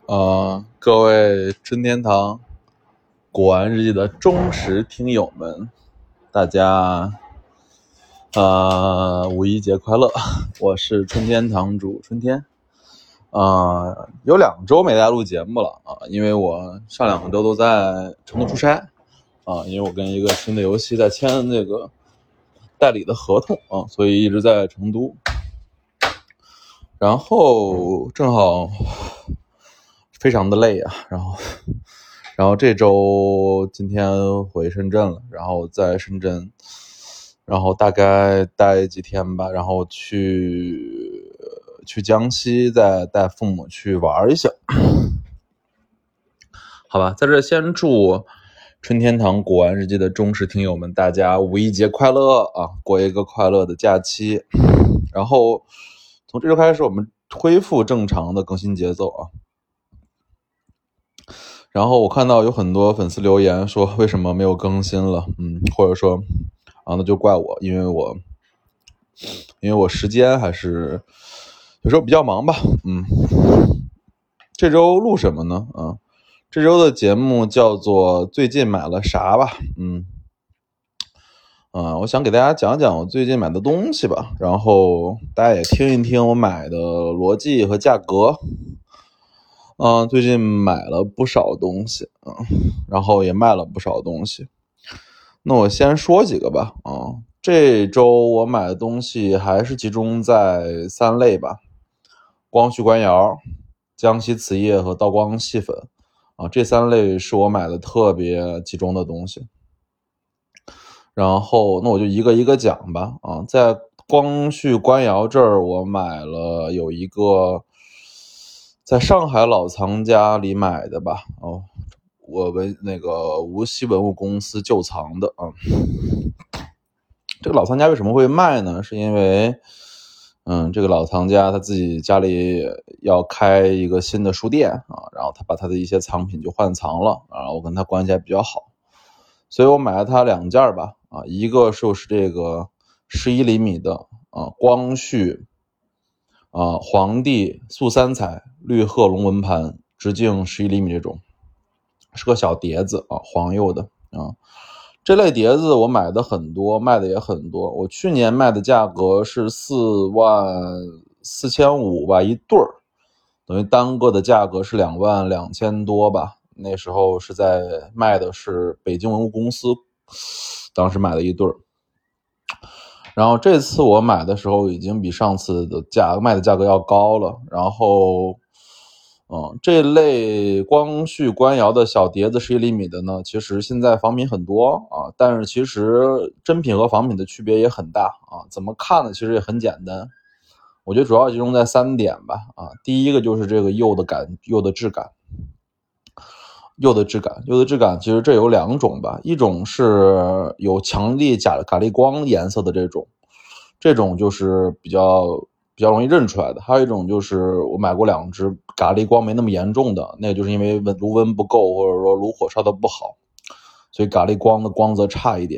各位春天堂古玩日记的忠实听友们，大家五一节快乐！我是春天堂主春天。有2周没大家录节目了因为我上2周都在成都出差因为我跟一个新的游戏在签那个代理的合同所以一直在成都。然后正好非常的累然后这周今天回深圳了，然后在深圳，然后大概待几天吧，然后去江西再带父母去玩一下。好吧，在这先祝春天堂古玩日记的忠实听友们大家五一节快乐过一个快乐的假期。然后从这周开始我们恢复正常的更新节奏然后我看到有很多粉丝留言说为什么没有更新了，或者说那就怪我，因为我时间还是有时候比较忙吧，这周录什么呢？这周的节目叫做最近买了啥吧，我想给大家讲讲我最近买的东西吧，然后大家也听一听我买的逻辑和价格。最近买了不少东西然后也卖了不少东西。那我先说几个吧这周我买的东西还是集中在3类吧，光绪官窑、江西瓷业和道光细粉这3类是我买的特别集中的东西。然后那我就一个一个讲吧在光绪官窑这儿我买了有一个在上海老藏家里买的吧我们那个无锡文物公司旧藏的这个老藏家为什么会卖呢？是因为这个老藏家他自己家里要开一个新的书店然后他把他的一些藏品就换藏了然后我跟他关系还比较好，所以我买了他2件吧一个就是这个11厘米的光绪皇帝素3彩绿鹤龙纹盘，直径11厘米这种，是个小碟子黄釉的这类碟子我买的很多，卖的也很多。我去年卖的价格是44500吧一对儿，等于单个的价格是22000多吧。那时候是在卖的是北京文物公司，当时买的一对儿。然后这次我买的时候已经比上次的卖的价格要高了，然后这类光绪官窑的小碟子11厘米的呢，其实现在仿品很多但是其实真品和仿品的区别也很大怎么看呢？其实也很简单，我觉得主要集中在3点吧第一个就是这个釉的质感。釉的质感其实这有2种吧，一种是有强烈咖喱光颜色的这种就是比较容易认出来的，还有一种就是我买过2只咖喱光没那么严重的，那个就是因为炉温不够或者说炉火烧的不好，所以咖喱光的光泽差一点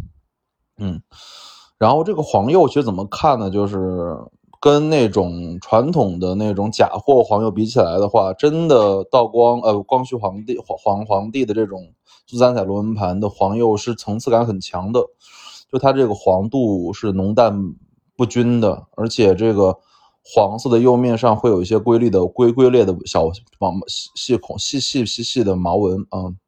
然后这个黄釉其实怎么看呢，就是跟那种传统的那种假货黄釉比起来的话，真的光绪皇帝的这种素3彩龙纹盘的黄釉是层次感很强的，就它这个黄度是浓淡不均的，而且这个黄色的釉面上会有一些龟裂的小细的毛纹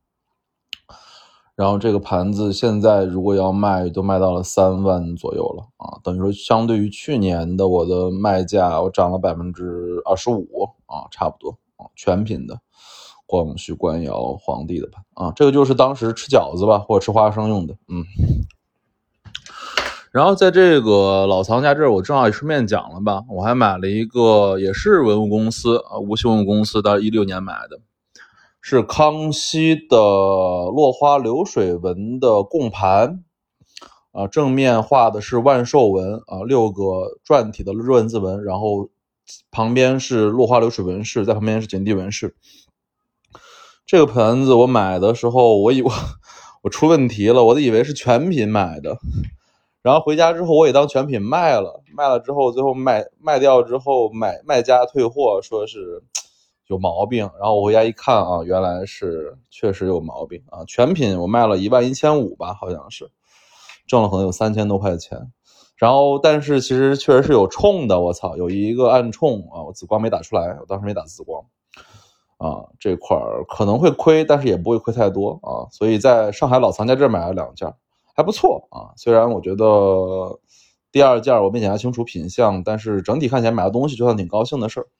然后这个盘子现在如果要卖都卖到了3万左右了等于说相对于去年的我的卖价我涨了25%差不多全品的光绪官窑皇帝的盘这个就是当时吃饺子吧或者吃花生用的然后在这个老藏家这儿我正好也顺便讲了吧，我还买了一个也是文物公司无锡文物公司的16年买的，是康熙的落花流水纹的贡盘正面画的是万寿纹6个篆体的润字纹，然后旁边是落花流水纹饰，在旁边是锦地纹饰。这个盘子我买的时候我出问题了，我以为是全品买的，然后回家之后我也当全品卖了之后最后卖掉之后卖家退货说是有毛病，然后我回家一看啊，原来是确实有毛病啊。全品我卖了11500吧，好像是挣了可能有3000多块钱。然后但是其实确实是有冲的，我操，有一个暗冲啊，我紫光没打出来，我当时没打紫光啊，这块可能会亏，但是也不会亏太多啊。所以在上海老藏家这儿买了2件，还不错啊。虽然我觉得第2件我没检查清楚品相，但是整体看起来买到东西就算挺高兴的事儿。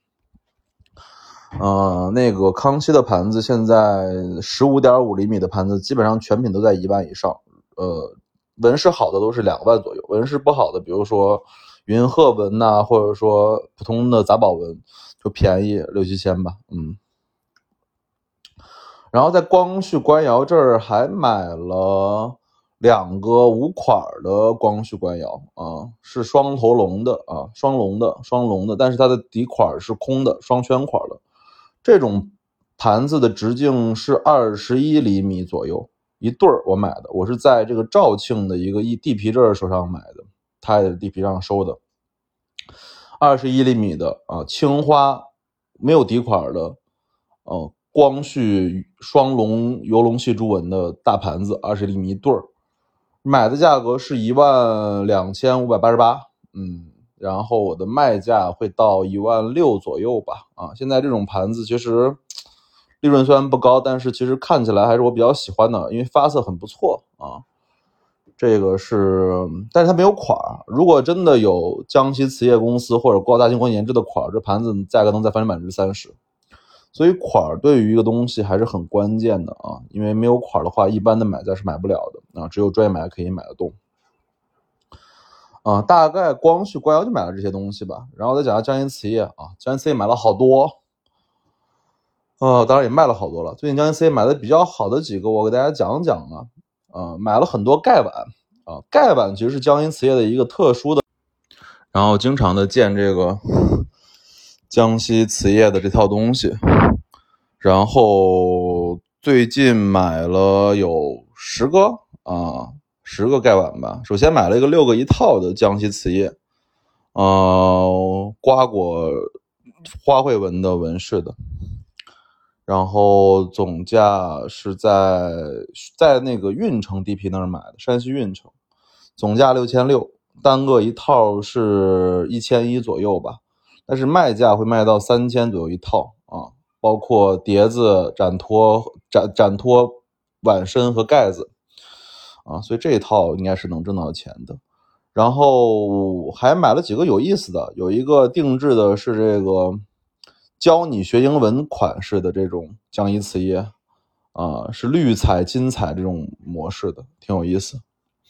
那个康熙的盘子现在 15.5 厘米的盘子基本上全品都在1万以上，纹饰好的都是2万左右，纹饰不好的比如说云鹤纹呐，或者说普通的杂宝纹就便宜6、7千吧。然后在光绪官窑这儿还买了2个5款的光绪官窑啊，是双头龙的啊，双龙的，但是它的底款是空的，双圈款的。这种盘子的直径是21厘米左右一对儿，我买的，我是在这个肇庆的一个地皮这儿手上买的，他也是地皮上收的，21厘米的啊，青花没有底款的，光绪双龙游龙戏珠纹的大盘子，20厘米一对儿，买的价格是12588，然后我的卖价会到16000左右吧。现在这种盘子其实利润虽然不高，但是其实看起来还是我比较喜欢的，因为发色很不错啊。这个是，但是它没有款，如果真的有江西瓷业公司或者高大金光研制的款，这盘子价格能再翻成 30%。所以款对于一个东西还是很关键的啊，因为没有款的话，一般的买家是买不了的啊，只有专业买家可以买得动。大概光绪官窑就买了这些东西吧，然后再讲下江阴瓷业啊，江阴瓷业买了好多，当然也卖了好多了。最近江阴瓷业买的比较好的几个，我给大家讲讲买了很多盖碗啊，盖碗其实是江阴瓷业的一个特殊的，然后经常的见这个江西瓷业的这套东西，然后最近买了有10个10个盖碗吧。首先买了一个6个一套的江西瓷业，刮过花卉纹的纹饰的，然后总价是在那个运城地皮那儿买的，山西运城，总价6600，单个一套是1100左右吧，但是卖价会卖到3000左右一套啊，包括碟子、展托、碗身和盖子啊，所以这一套应该是能挣到钱的。然后还买了几个有意思的，有一个定制的是这个教你学英文款式的这种江阴瓷业是绿彩金彩这种模式的，挺有意思。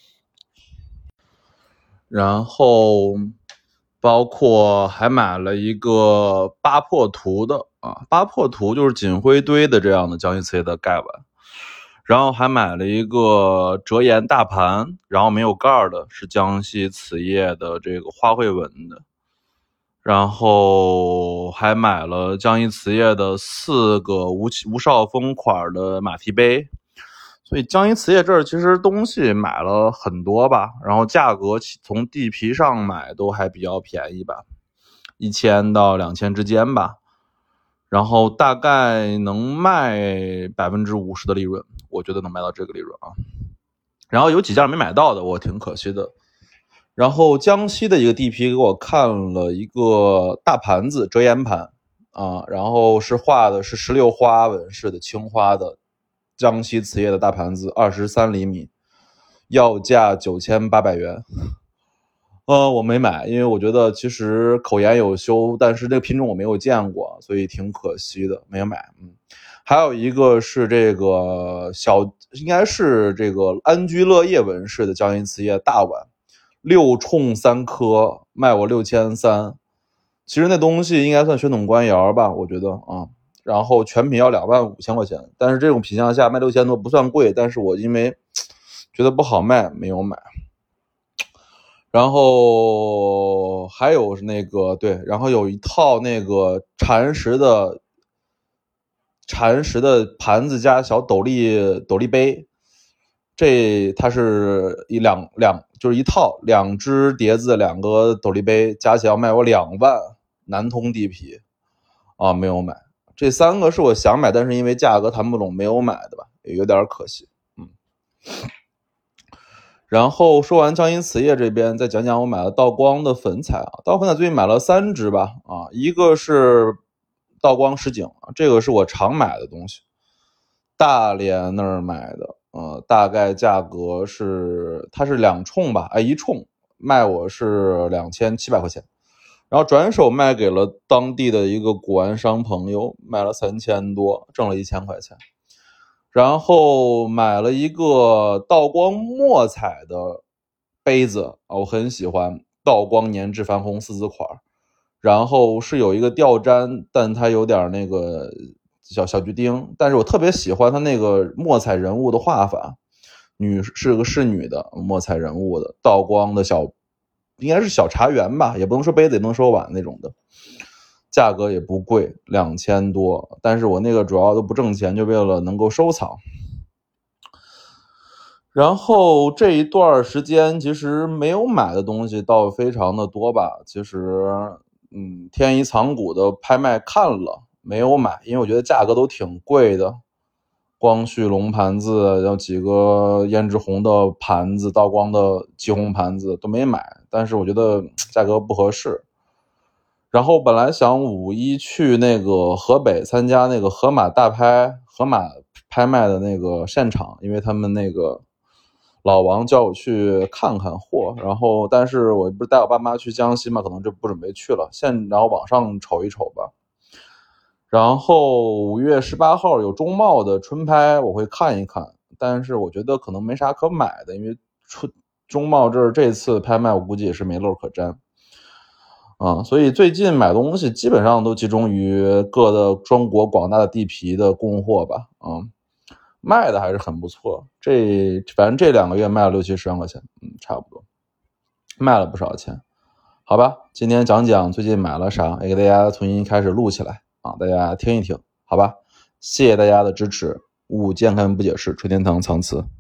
然后包括还买了一个八破图的八破图就是锦灰堆的这样的江阴瓷业的盖碗，然后还买了一个折沿大盘，然后没有盖的，是江西瓷业的这个花卉纹的，然后还买了江阴瓷业的4个吴少峰款的马蹄杯。所以江阴瓷业这儿其实东西买了很多吧，然后价格从地皮上买都还比较便宜吧，1000到2000之间吧，然后大概能卖50%的利润，我觉得能卖到这个利润啊。然后有几件没买到的，我挺可惜的。然后江西的一个地皮给我看了一个大盘子折沿盘然后是画的是16花纹式的青花的江西瓷业的大盘子，23厘米，要价9800元。我没买，因为我觉得其实口研有修，但是这个品种我没有见过，所以挺可惜的，没有买。还有一个是这个应该是这个安居乐业纹饰的江阴瓷业大碗，6冲3颗，卖我6300。其实那东西应该算血统官窑吧，我觉得然后全品要25000块钱，但是这种品相下卖6000多不算贵，但是我因为觉得不好卖没有买。然后还有那个然后有一套那个蚕食的盘子加小斗笠杯，它是就是一套2只碟子2个斗笠杯，加起来要卖我2万，南通地皮没有买， 这3个是我想买，但是因为价格谈不拢没有买的吧，也有点可惜。然后说完江阴瓷业这边，再讲讲我买了道光的粉彩啊。道光粉彩最近买了3支吧，一个是道光实景，这个是我常买的东西，大连那儿买的，大概价格是它是2冲吧，一冲卖我是2700块钱，然后转手卖给了当地的一个古玩商朋友，卖了3000多，挣了1000块钱。然后买了一个道光墨彩的杯子，我很喜欢道光年制矾红4字款，然后是有一个吊毡，但它有点那个小锯钉，但是我特别喜欢它那个墨彩人物的画法，是女的墨彩人物的道光的应该是小茶园吧，也不能说杯子也不能说碗那种的，价格也不贵，2000多，但是我那个主要都不挣钱，就为了能够收藏。然后这一段时间其实没有买的东西倒非常的多吧，其实天一藏骨的拍卖看了没有买，因为我觉得价格都挺贵的，光绪龙盘子，然后几个胭脂红的盘子，道光的旗红盘子都没买，但是我觉得价格不合适。然后本来想5一去那个河北参加那个河马拍卖的那个现场，因为他们那个老王叫我去看看货，然后但是我不是带我爸妈去江西嘛，可能就不准备去了，然后网上瞅一瞅吧。然后5月18号有中贸的春拍，我会看一看，但是我觉得可能没啥可买的，因为中贸这次拍卖我估计也是没漏可沾。所以最近买东西基本上都集中于各的中国广大的地皮的供货吧，卖的还是很不错。反正这2个月卖了60-70万块钱，差不多，卖了不少钱。好吧，今天讲讲最近买了啥，也给大家重新开始录起来大家听一听，好吧？谢谢大家的支持，勿健康不解释，吹天堂藏词。